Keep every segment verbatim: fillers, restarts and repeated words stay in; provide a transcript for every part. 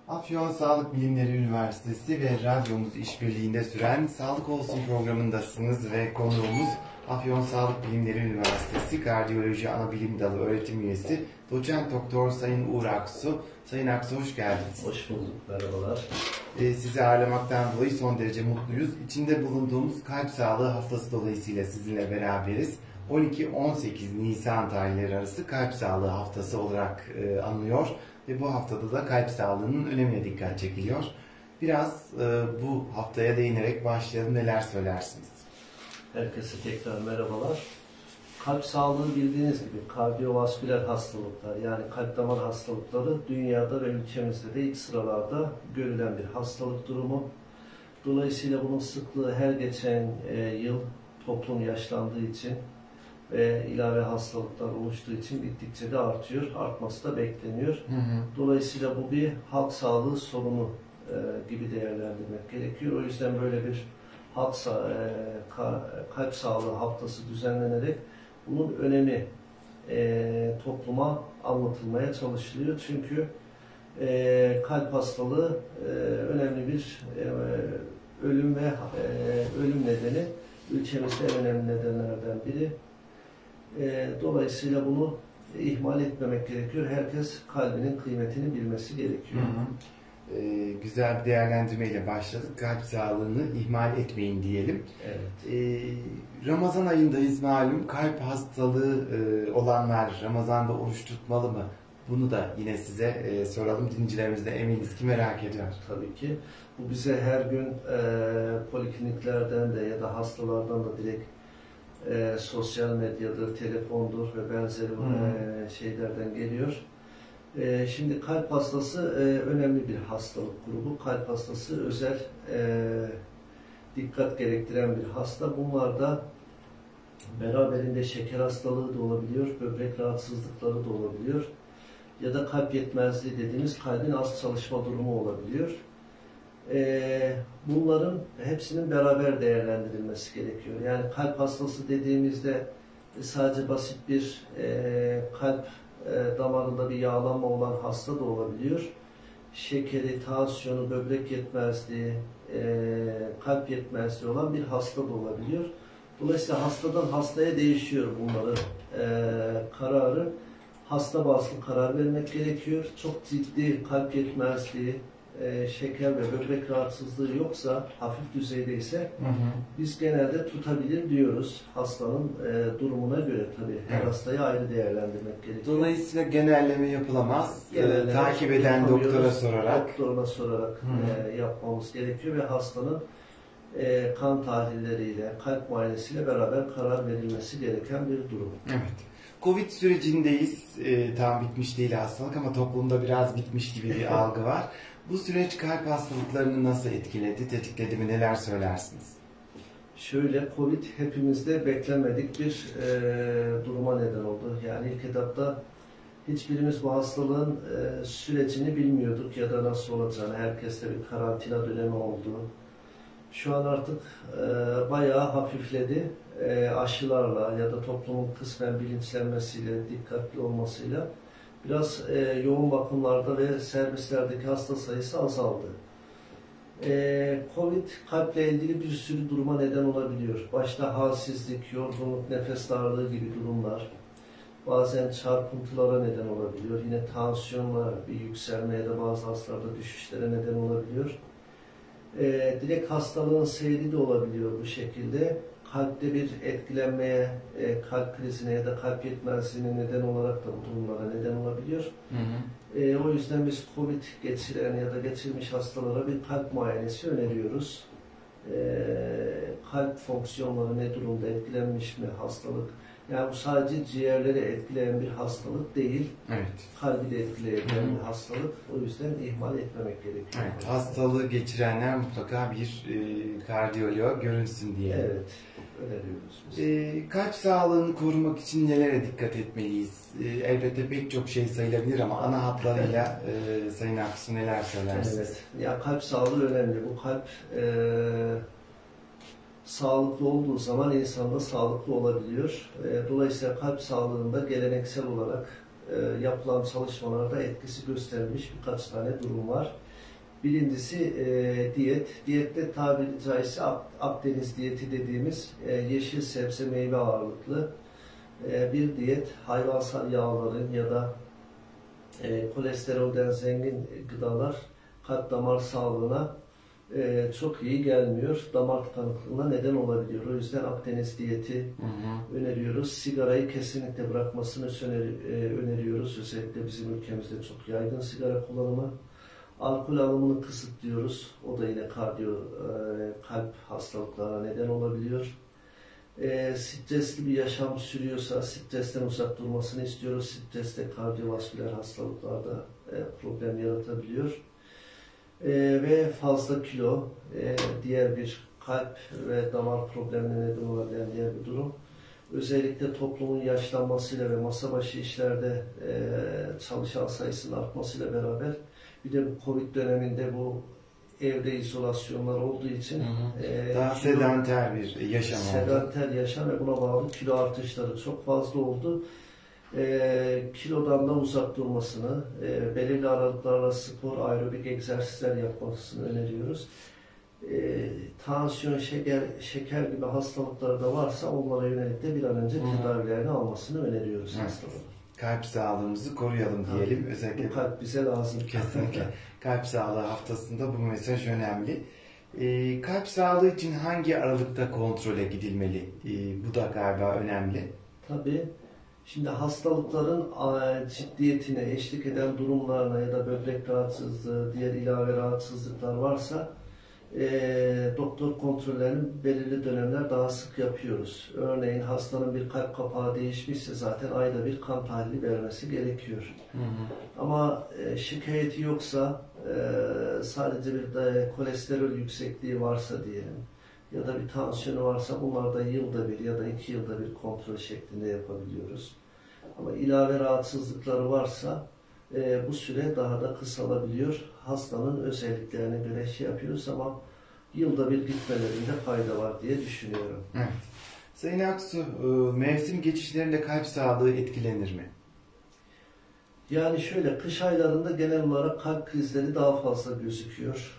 Afyon Sağlık Bilimleri Üniversitesi ve radyomuz işbirliğinde süren Sağlık Olsun programındasınız ve konuğumuz Afyon Sağlık Bilimleri Üniversitesi Kardiyoloji Anabilim Dalı öğretim üyesi Doçent Doktor Sayın Uğur Aksu. Sayın Aksu, hoş geldiniz. Hoş bulduk, merhabalar. Ee, sizi ağırlamaktan dolayı son derece mutluyuz. İçinde bulunduğumuz kalp sağlığı haftası dolayısıyla sizinle beraberiz. on iki on sekiz Nisan tarihleri arası kalp sağlığı haftası olarak e, anılıyor ve bu haftada da kalp sağlığının önemine dikkat çekiliyor. Biraz e, bu haftaya değinerek başlayalım. Neler söylersiniz? Herkese tekrar merhabalar. Kalp sağlığı bildiğiniz gibi kardiyovasküler hastalıklar, yani kalp damar hastalıkları dünyada ve ülkemizde de ilk sıralarda görülen bir hastalık durumu. Dolayısıyla bunun sıklığı her geçen e, yıl toplum yaşlandığı için ve ilave hastalıklar oluştuğu için gittikçe de artıyor. Artması da bekleniyor. Hı hı. Dolayısıyla bu bir halk sağlığı sorunu e, gibi değerlendirmek gerekiyor. O yüzden böyle bir halk sa e, ka kalp sağlığı haftası düzenlenerek bunun önemi e, topluma anlatılmaya çalışılıyor. Çünkü e, kalp hastalığı e, önemli bir e, ölüm ve e, ölüm nedeni. Ülkemizde en önemli nedenlerden biri. E, dolayısıyla bunu ihmal etmemek gerekiyor. Herkes kalbinin kıymetini bilmesi gerekiyor. Hı hı. E, güzel bir değerlendirmeyle başladık. Kalp sağlığını ihmal etmeyin diyelim. Evet. E, Ramazan ayındayız malum. Kalp hastalığı e, olanlar Ramazan'da oruç tutmalı mı? Bunu da yine size e, soralım. Dinleyicilerimiz de eminiz ki merak ediyor. Tabii ki. Bu bize her gün e, polikliniklerden de ya da hastalardan da direkt e, sosyal medyadır, telefondur ve benzeri e, şeylerden geliyor. E, şimdi kalp hastası e, önemli bir hastalık grubu. Kalp hastası özel e, dikkat gerektiren bir hasta. Bunlarda beraberinde şeker hastalığı da olabiliyor, böbrek rahatsızlıkları da olabiliyor. Ya da kalp yetmezliği dediğimiz kalbin az çalışma durumu olabiliyor. Ee, bunların hepsinin beraber değerlendirilmesi gerekiyor. Yani kalp hastası dediğimizde sadece basit bir e, kalp e, damarında bir yağlanma olan hasta da olabiliyor. Şekeri, tansiyonu, böbrek yetmezliği, e, kalp yetmezliği olan bir hasta da olabiliyor. Dolayısıyla hastadan hastaya değişiyor bunların e, kararı. Hasta bazlı karar vermek gerekiyor. Çok ciddi kalp yetmezliği, e, şeker ve böbrek rahatsızlığı yoksa, hafif düzeydeyse hı hı. biz genelde tutabilir diyoruz. Hastanın e, durumuna göre tabii. Her evet. hastayı ayrı değerlendirmek gerekiyor. Dolayısıyla genelleme yapılamaz. Genelleme, e, takip eden doktora sorarak. Doktoruna sorarak e, yapmamız gerekiyor ve hastanın e, kan tahlilleriyle, kalp muayenesiyle beraber karar verilmesi gereken bir durum. Evet. Covid sürecindeyiz. E, tam bitmiş değil hastalık ama toplumda biraz bitmiş gibi bir algı var. Bu süreç kalp hastalıklarını nasıl etkiledi, tetikledi mi, neler söylersiniz? Şöyle, Covid hepimizde beklenmedik bir e, duruma neden oldu. Yani ilk etapta hiçbirimiz bu hastalığın e, sürecini bilmiyorduk ya da nasıl olacağını. Herkeste bir karantina dönemi oldu. Şu an artık e, bayağı hafifledi. E, aşılarla ya da toplumun kısmen bilinçlenmesiyle, dikkatli olmasıyla biraz e, yoğun bakımlarda ve servislerdeki hasta sayısı azaldı. E, Covid kalple ilgili bir sürü duruma neden olabiliyor. Başta halsizlik, yorgunluk, nefes darlığı gibi durumlar. Bazen çarpıntılara neden olabiliyor. Yine tansiyonla bir yükselme ya da bazı hastalarda düşüşlere neden olabiliyor. E, direkt hastalığın seyri de olabiliyor bu şekilde. Kalpte bir etkilenmeye, e, kalp krizine ya da kalp yetmezliğine neden olarak da bu durumlara neden olabiliyor. Hı hı. E, o yüzden biz Covid geçiren ya da geçirmiş hastalara bir kalp muayenesi öneriyoruz. E, kalp fonksiyonları ne durumda, etkilenmiş mi hastalık? Yani bu sadece ciğerleri etkileyen bir hastalık değil, evet. kalbi de etkileyen bir hastalık. O yüzden ihmal etmemek gerekiyor. Evet, hastalığı geçirenler mutlaka bir e, kardiyoloğa görünsün diye. Evet, öneriyoruz biz. E, kalp sağlığını korumak için nelere dikkat etmeliyiz? E, elbette pek çok şey sayılabilir ama ana hatlarıyla e, Sayın Aksu neler söylersiniz? Evet, ya kalp sağlığı önemli. Bu kalp e, sağlıklı olduğu zaman insan da sağlıklı olabiliyor. Dolayısıyla kalp sağlığında geleneksel olarak yapılan çalışmalarda etkisi gösterilmiş birkaç tane durum var. Birincisi e, diyet. Diyette tabiri caizse Akdeniz diyeti dediğimiz e, yeşil sebze meyve ağırlıklı e, bir diyet. Hayvansal yağların ya da e, kolesterolden zengin gıdalar kalp damar sağlığına e, çok iyi gelmiyor. Damar tıkanıklığına neden olabiliyor. O yüzden Akdeniz diyeti hı hı. öneriyoruz. Sigarayı kesinlikle bırakmasını öneriyoruz. Özellikle bizim ülkemizde çok yaygın sigara kullanımı. Alkol alımını kısıtlıyoruz. O da yine kardiyo, e, kalp hastalıklarına neden olabiliyor. E, stresli bir yaşam sürüyorsa stresten uzak durmasını istiyoruz. Stres de kardiyovasküler hastalıklarda e, problem yaratabiliyor. E, ve fazla kilo e, diğer bir kalp ve damar problemine neden olabilen diğer bir durum. Özellikle toplumun yaşlanmasıyla ve masa başı işlerde e, çalışan sayısının artmasıyla beraber bir de bu Covid döneminde bu evde izolasyonlar olduğu için hı hı. E, daha kilo, sedanter bir yaşam oldu. Sedanter yaşam ve buna bağlı kilo artışları çok fazla oldu. E, kilodan da uzak durmasını, e, belirli aralıklarla spor, aerobik egzersizler yapmasını öneriyoruz. E, tansiyon, şeker, şeker gibi hastalıkları da varsa onlara yönelik de bir an önce tedavilerini almasını öneriyoruz evet. hastalara. Kalp sağlığımızı koruyalım diyelim. Ha, özellikle bu kalp bize lazım. Kesinlikle. Kalp sağlığı haftasında bu mesaj önemli. Ee, kalp sağlığı için hangi aralıkta kontrole gidilmeli? Ee, bu da galiba önemli. Tabii. Şimdi hastalıkların ciddiyetine eşlik eden durumlarına ya da böbrek rahatsızlığı, diğer ilave rahatsızlıklar varsa e, doktor kontrollerini belirli dönemler daha sık yapıyoruz. Örneğin hastanın bir kalp kapağı değişmişse zaten ayda bir kan tahlili vermesi gerekiyor. Hı hı. Ama e, şikayeti yoksa e, sadece bir de kolesterol yüksekliği varsa diyelim ya da bir tansiyonu varsa bunlar da yılda bir ya da iki yılda bir kontrol şeklinde yapabiliyoruz. Ama ilave rahatsızlıkları varsa e, bu süre daha da kısalabiliyor. Hastanın özelliklerine göre şey yapıyoruz ama yılda bir gitmelerinde fayda var diye düşünüyorum. Evet. Sayın Aksu, mevsim geçişlerinde kalp sağlığı etkilenir mi? Yani şöyle, kış aylarında genel olarak kalp krizleri daha fazla gözüküyor.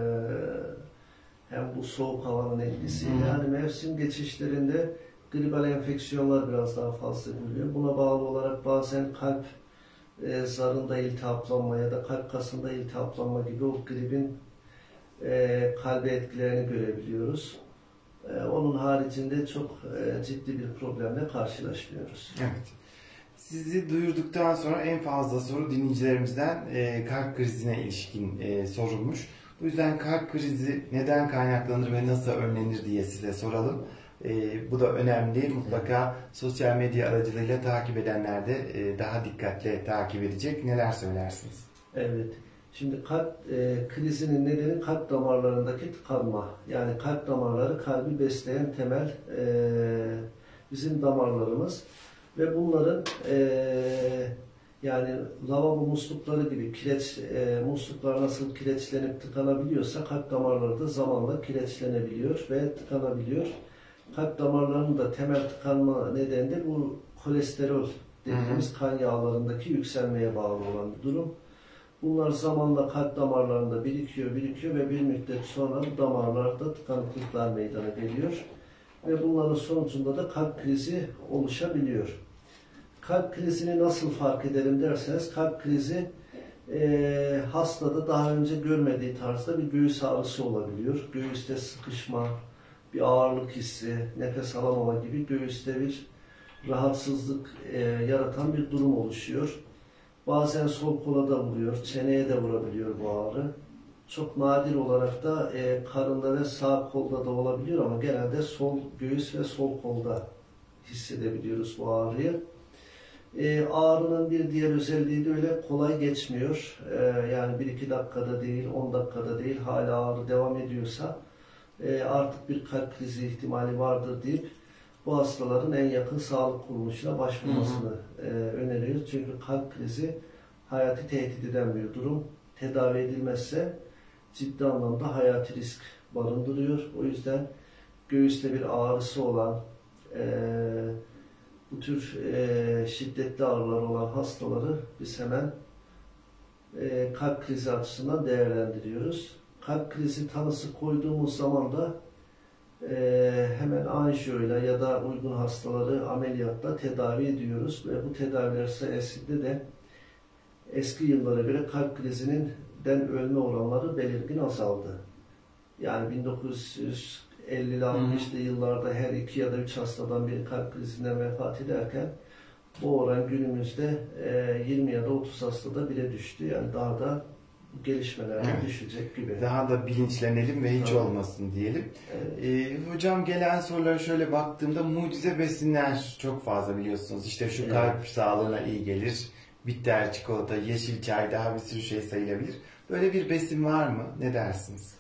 Ee, hem bu soğuk havanın etkisiyle. Hmm. Yani mevsim geçişlerinde gribal enfeksiyonlar biraz daha fazla görülüyor. Buna bağlı olarak bazen kalp e, zarında iltihaplanma ya da kalp kasında iltihaplanma gibi o gribin e, kalbe etkilerini görebiliyoruz. E, onun haricinde çok e, ciddi bir problemle karşılaşmıyoruz. Evet. Sizi duyurduktan sonra en fazla soru dinleyicilerimizden e, kalp krizine ilişkin e, sorulmuş. Bu yüzden kalp krizi neden kaynaklanır ve nasıl önlenir diye size soralım. E, bu da önemli. Mutlaka sosyal medya aracılığıyla takip edenler de e, daha dikkatle takip edecek. Neler söylersiniz? Evet. Şimdi kalp e, krizinin nedeni kalp damarlarındaki tıkanma. Yani kalp damarları kalbi besleyen temel e, bizim damarlarımız. Ve bunların e, yani lavabo muslukları gibi kireç e, musluklar nasıl kireçlenip tıkanabiliyorsa kalp damarları da zamanla kireçlenebiliyor ve tıkanabiliyor. Kalp damarlarının da temel tıkanma nedeni de bu kolesterol dediğimiz kan yağlarındaki yükselmeye bağlı olan bir durum. Bunlar zamanla kalp damarlarında birikiyor, birikiyor ve bir müddet sonra damarlarda tıkanıklıklar meydana geliyor. Ve bunların sonucunda da kalp krizi oluşabiliyor. Kalp krizini nasıl fark ederim derseniz, kalp krizi e, hastada daha önce görmediği tarzda bir göğüs ağrısı olabiliyor. Göğüste sıkışma, bir ağırlık hissi, nefes alamama gibi göğüste bir rahatsızlık e, yaratan bir durum oluşuyor. Bazen sol kola da vuruyor, çeneye de vurabiliyor bu ağrı. Çok nadir olarak da e, karında ve sağ kolda da olabiliyor ama genelde sol göğüs ve sol kolda hissedebiliyoruz bu ağrıyı. E, ağrının bir diğer özelliği de öyle kolay geçmiyor. E, yani bir iki dakikada değil, on dakikada değil, hala ağrı devam ediyorsa e, artık bir kalp krizi ihtimali vardır deyip bu hastaların en yakın sağlık kuruluşuna başvurmasını hı hı. E, öneriyoruz. Çünkü kalp krizi hayati tehdit eden bir durum. Tedavi edilmezse ciddi anlamda hayati risk barındırıyor. O yüzden göğüste bir ağrısı olan, e, bu tür e, şiddetli ağrılar olan hastaları biz hemen e, kalp krizi açısından değerlendiriyoruz. Kalp krizi tanısı koyduğumuz zaman da e, hemen anjiyoyla ya da uygun hastaları ameliyatla tedavi ediyoruz ve bu tedaviler sayesinde de eski yıllara göre kalp krizinin den ölme oranları belirgin azaldı. Yani bin dokuz yüz ellili altmışlı yıllarda her iki ya da üç hastadan biri kalp krizinden vefat ederken bu oran günümüzde yirmi ya da otuz hastada bire düştü. Yani daha da gelişmelerle evet. düşecek gibi. Daha da bilinçlenelim ve hiç evet. olmasın diyelim. Evet. Ee, hocam gelen sorulara şöyle baktığımda mucize besinler çok fazla biliyorsunuz. İşte şu evet. kalp sağlığına iyi gelir. Bitter çikolata, yeşil çay, daha bir sürü şey sayılabilir. Böyle bir besin var mı? Ne dersiniz?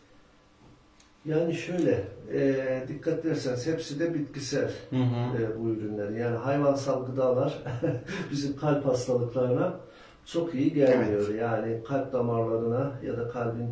Yani şöyle, e, dikkat ederseniz hepsi de bitkisel hı hı. E, bu ürünler. Yani hayvansal gıdalar bizim kalp hastalıklarına çok iyi gelmiyor. Evet. Yani kalp damarlarına ya da kalbin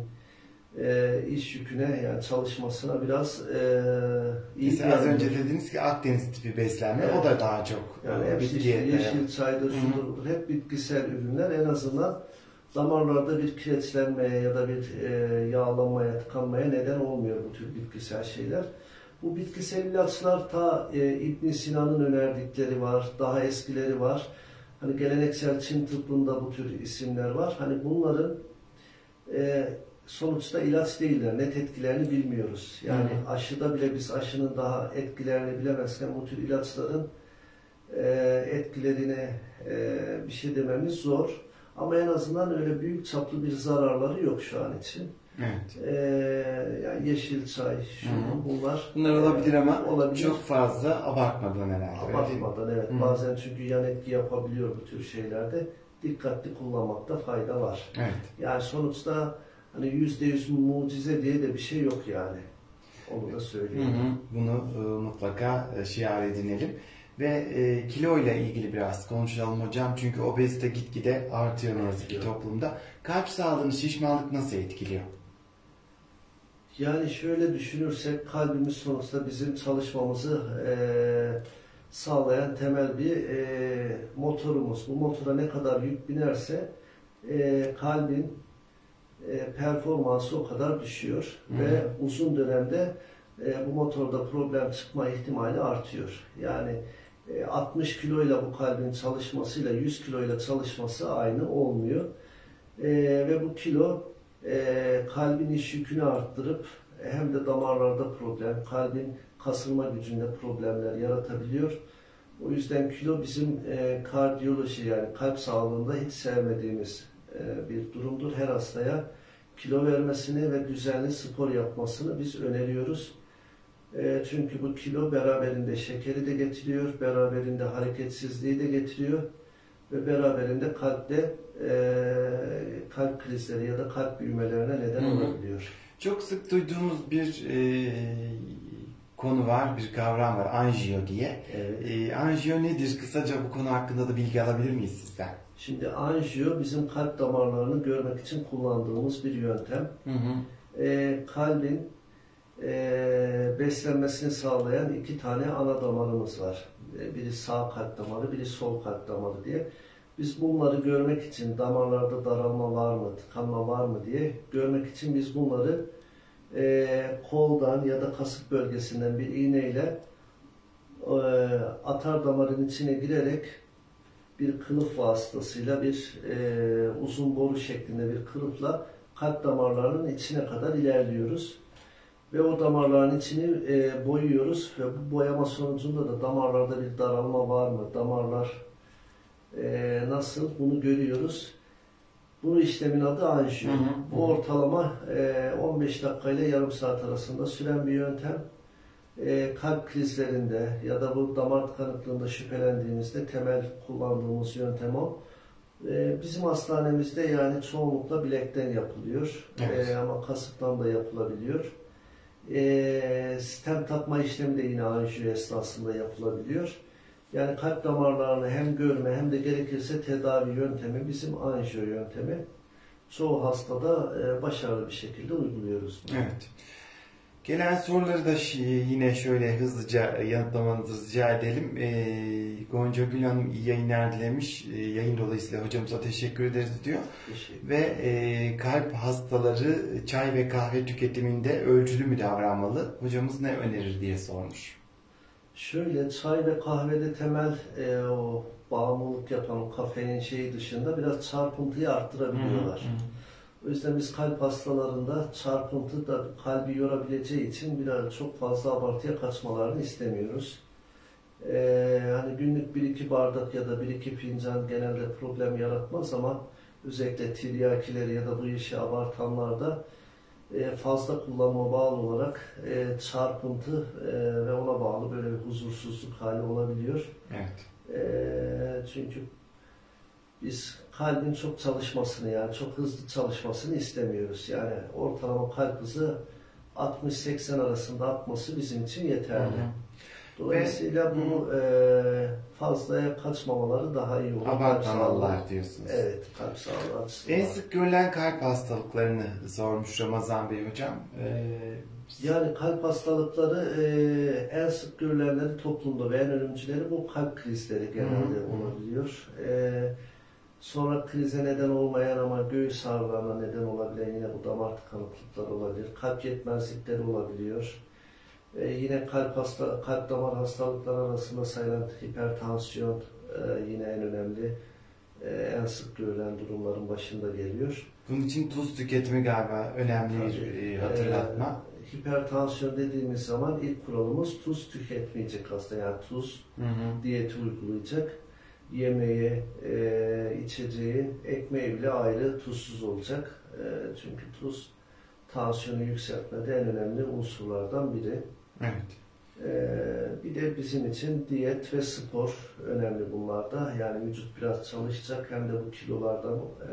e, iş yüküne yani çalışmasına biraz e, iyi Mesela az önce dediniz ki Akdeniz tipi beslenme evet. o da daha çok yani e, hepsi işte yeşil çaydır, şudur, hep bitkisel ürünler en azından damarlarda bir kireçlenmeye ya da bir e, yağlanmaya, tıkanmaya neden olmuyor bu tür bitkisel şeyler. Bu bitkisel ilaçlar ta e, İbn Sina'nın önerdikleri var, daha eskileri var. Hani geleneksel Çin tıbbında bu tür isimler var. Hani bunların e, sonuçta ilaç değiller. Net etkilerini bilmiyoruz. Yani hmm. aşıda bile biz aşının daha etkilerini bilemezken bu tür ilaçların e, etkilerine e, bir şey dememiz zor. Ama en azından öyle büyük çaplı bir zararları yok şu an için. Evet. Ee, yani yeşil çay, şu bunlar. Bunlar olabilir e, ama olabilir. Çok fazla abartmadan herhalde. Abartmadan evet. Hı. Bazen çünkü yan etki yapabiliyor bu tür şeylerde. Dikkatli kullanmakta fayda var. Evet. Yani sonuçta hani yüzde yüz mucize diye de bir şey yok yani. Onu da söyleyeyim. Hı hı. Bunu e, mutlaka e, şiar edinelim. Ve e, kilo ile ilgili biraz konuşalım hocam. Çünkü obezite gitgide artıyor ne yazık ki toplumda. Kalp sağlığını şişmanlık nasıl etkiliyor? Yani şöyle düşünürsek kalbimiz sonuçta bizim çalışmamızı e, sağlayan temel bir e, motorumuz. Bu motora ne kadar yük binerse e, kalbin e, performansı o kadar düşüyor. Hı-hı. Ve uzun dönemde e, bu motorda problem çıkma ihtimali artıyor. Yani altmış kiloyla bu kalbin çalışmasıyla yüz kiloyla çalışması aynı olmuyor. E, ve bu kilo e, kalbin iş yükünü arttırıp hem de damarlarda problem, kalbin kasılma gücünde problemler yaratabiliyor. O yüzden kilo bizim e, kardiyoloji yani kalp sağlığında hiç sevmediğimiz e, bir durumdur. Her hastaya kilo vermesini ve düzenli spor yapmasını biz öneriyoruz. E, çünkü bu kilo beraberinde şekeri de getiriyor, beraberinde hareketsizliği de getiriyor ve beraberinde kalpte e, kalp krizleri ya da kalp büyümelerine neden Hı-hı. olabiliyor. Çok sık duyduğumuz bir e, konu var, bir kavram var, anjiyo diye. Evet. E, anjiyo nedir? Kısaca bu konu hakkında da bilgi alabilir miyiz sizden? Şimdi anjiyo bizim kalp damarlarını görmek için kullandığımız bir yöntem. Hı hı. E, kalbin e, beslenmesini sağlayan iki tane ana damarımız var. E, biri sağ kalp damarı, biri sol kalp damarı diye. Biz bunları görmek için damarlarda daralma var mı, tıkanma var mı diye görmek için biz bunları e, koldan ya da kasık bölgesinden bir iğneyle e, atar damarın içine girerek bir kılıf vasıtasıyla bir e, uzun boru şeklinde bir kılıfla kalp damarlarının içine kadar ilerliyoruz. Ve o damarların içini e, boyuyoruz ve bu boyama sonucunda da damarlarda bir daralma var mı, damarlar e, nasıl bunu görüyoruz. Bu işlemin adı anjiyo. Hı hı. Bu ortalama e, on beş dakika ile yarım saat arasında süren bir yöntem. E, kalp krizlerinde ya da bu damar tıkanıklığında şüphelendiğimizde temel kullandığımız yöntem o. E, bizim hastanemizde yani çoğunlukla bilekten yapılıyor. Evet. E, ama kasıktan da yapılabiliyor. E, stent takma işlemi de yine anjiyo esnasında yapılabiliyor. Yani kalp damarlarını hem görme hem de gerekirse tedavi yöntemi bizim anjiyo yöntemi. Çoğu hastada e, başarılı bir şekilde uyguluyoruz. Evet. Gelen soruları da yine şöyle hızlıca yanıtlamanızı rica edelim. E, Gonca Gül Hanım iyi yayınlar dilemiş. E, yayın dolayısıyla hocamıza teşekkür ederiz diyor. Teşekkür. Ve e, kalp hastaları çay ve kahve tüketiminde ölçülü mü davranmalı? Hocamız ne önerir diye sormuş. Şöyle, çay ve kahvede temel e, o bağımlılık yapan o kafein şeyi dışında biraz çarpıntıyı arttırabiliyorlar. Hı hı. O yüzden biz kalp hastalarında çarpıntı da kalbi yorabileceği için biraz çok fazla abartıya kaçmalarını istemiyoruz. Ee, hani günlük bir iki bardak ya da bir iki fincan genelde problem yaratmaz ama özellikle tiryakileri ya da bu işi abartanlarda e, fazla kullanma bağlı olarak e, çarpıntı e, ve ona bağlı böyle bir huzursuzluk hali olabiliyor. Evet. E, çünkü biz kalbin çok çalışmasını, yani çok hızlı çalışmasını istemiyoruz. Yani ortalama kalp hızı altmış seksen arasında atması bizim için yeterli. Hı hı. Dolayısıyla Ve, bu e, fazlaya kaçmamaları daha iyi olur. Abartmalılar diyorsunuz. Evet, kalp sağlığı açısından. En sık görülen kalp hastalıklarını sormuş Ramazan Bey hocam. Ee, yani kalp hastalıkları e, en sık görülenleri toplumda ve en ölümcüleri bu kalp krizleri genelde hı hı. olabiliyor. E, Sonra krize neden olmayan ama göğüs ağrılarına neden olabilen yine bu damar tıkanıklıkları olabilir. Kalp yetmezlikleri olabiliyor. Ee, yine kalp hasta, kalp damar hastalıkları arasında sayılan hipertansiyon e, yine en önemli, e, en sık görülen durumların başında geliyor. Bunun için tuz tüketimi galiba önemli bir e, hatırlatma. E, hipertansiyon dediğimiz zaman ilk kuralımız tuz tüketmeyecek hasta. Yani tuz hı hı. diyeti uygulayacak. Yemeği, e, içeceği, ekmeği bile ayrı tuzsuz olacak. E, çünkü tuz tansiyonu yükseltmede en önemli unsurlardan biri. Evet. E, bir de bizim için diyet ve spor önemli bunlarda. Yani vücut biraz çalışacak, hem de bu kilolardan, e,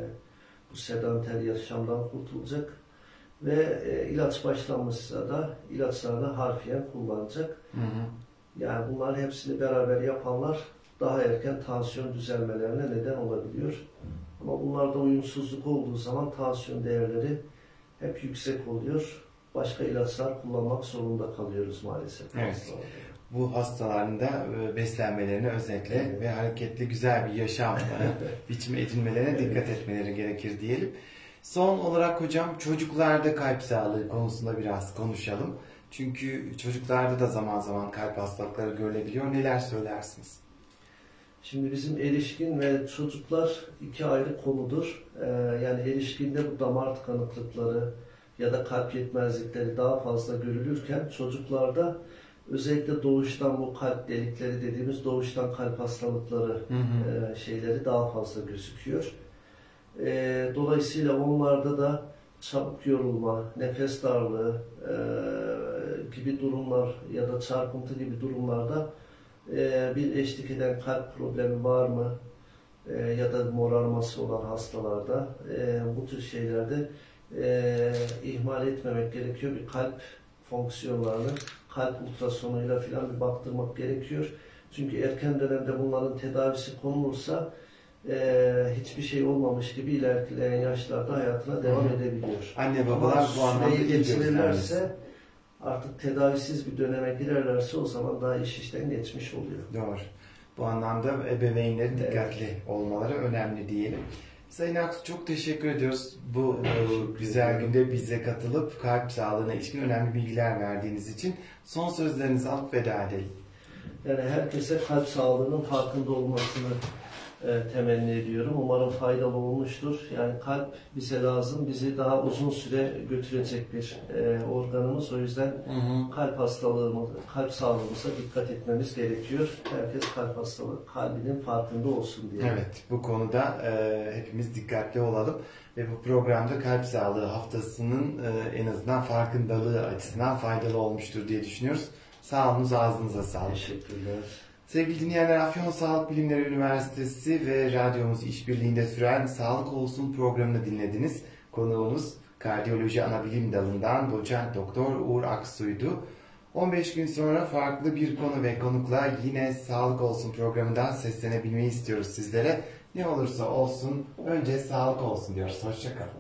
bu sedanter yaşamdan kurtulacak. Ve e, ilaç başlanmışsa da ilaçlarını harfiyen kullanacak. Hı hı. Yani bunlar hepsini beraber yapanlar daha erken tansiyon düzelmelerine neden olabiliyor. Ama bunlarda uyumsuzluk olduğu zaman tansiyon değerleri hep yüksek oluyor. Başka ilaçlar kullanmak zorunda kalıyoruz maalesef. Evet. Hastalarda. Bu hastaların da beslenmelerine özellikle evet. ve hareketli güzel bir yaşam biçimi edinmelerine evet. dikkat etmeleri gerekir diyelim. Son olarak hocam çocuklarda kalp sağlığı konusunda biraz konuşalım. Çünkü çocuklarda da zaman zaman kalp hastalıkları görülebiliyor. Neler söylersiniz? Şimdi bizim erişkin ve çocuklar iki ayrı konudur. Ee, yani erişkinde bu damar tıkanıklıkları ya da kalp yetmezlikleri daha fazla görülürken çocuklarda özellikle doğuştan bu kalp delikleri dediğimiz doğuştan kalp hastalıkları hı hı. E, şeyleri daha fazla gözüküyor. E, dolayısıyla onlarda da çabuk yorulma, nefes darlığı e, gibi durumlar ya da çarpıntı gibi durumlarda e, bir eşlik eden kalp problemi var mı? E, ya da morarması olan hastalarda e, bu tür şeylerde e, ihmal etmemek gerekiyor. Bir kalp fonksiyonlarını kalp ultrasonuyla filan bir baktırmak gerekiyor. Çünkü erken dönemde bunların tedavisi konulursa e, hiçbir şey olmamış gibi ilerleyen yaşlarda hayatına devam Hı. edebiliyor. Anne babalar bu anlamda geçirirlerse artık tedavisiz bir döneme girerlerse o zaman daha iş işten geçmiş oluyor. Doğru. Bu anlamda ebeveynlerin evet. dikkatli olmaları önemli diyelim. Sayın Aksu çok teşekkür ediyoruz. Bu teşekkür güzel günde bize katılıp kalp sağlığına ilişkin önemli bilgiler verdiğiniz için. Son sözlerinizi alıp veda edelim. Yani herkese kalp sağlığının farkında olmasını e, temenni ediyorum. Umarım faydalı olmuştur. Yani kalp bize lazım. Bizi daha uzun süre götürecek bir e, organımız. O yüzden hı hı. kalp hastalığımız, kalp sağlığımıza dikkat etmemiz gerekiyor. Herkes kalp hastalığı, kalbinin farkında olsun diye. Evet, bu konuda e, hepimiz dikkatli olalım. Ve bu programda kalp sağlığı haftasının e, en azından farkındalığı açısından faydalı olmuştur diye düşünüyoruz. Sağ olunuz, ağzınıza sağlık. Teşekkürler. Sevgili dinleyenler, Afyon Sağlık Bilimleri Üniversitesi ve radyomuz işbirliğinde süren Sağlık Olsun programını dinlediniz. Konuğumuz Kardiyoloji Anabilim Dalı'ndan Doçent Doktor Uğur Aksu'ydu. on beş gün sonra farklı bir konu ve konukla yine Sağlık Olsun programından seslenebilmeyi istiyoruz sizlere. Ne olursa olsun önce sağlık olsun diyoruz. Hoşça kalın.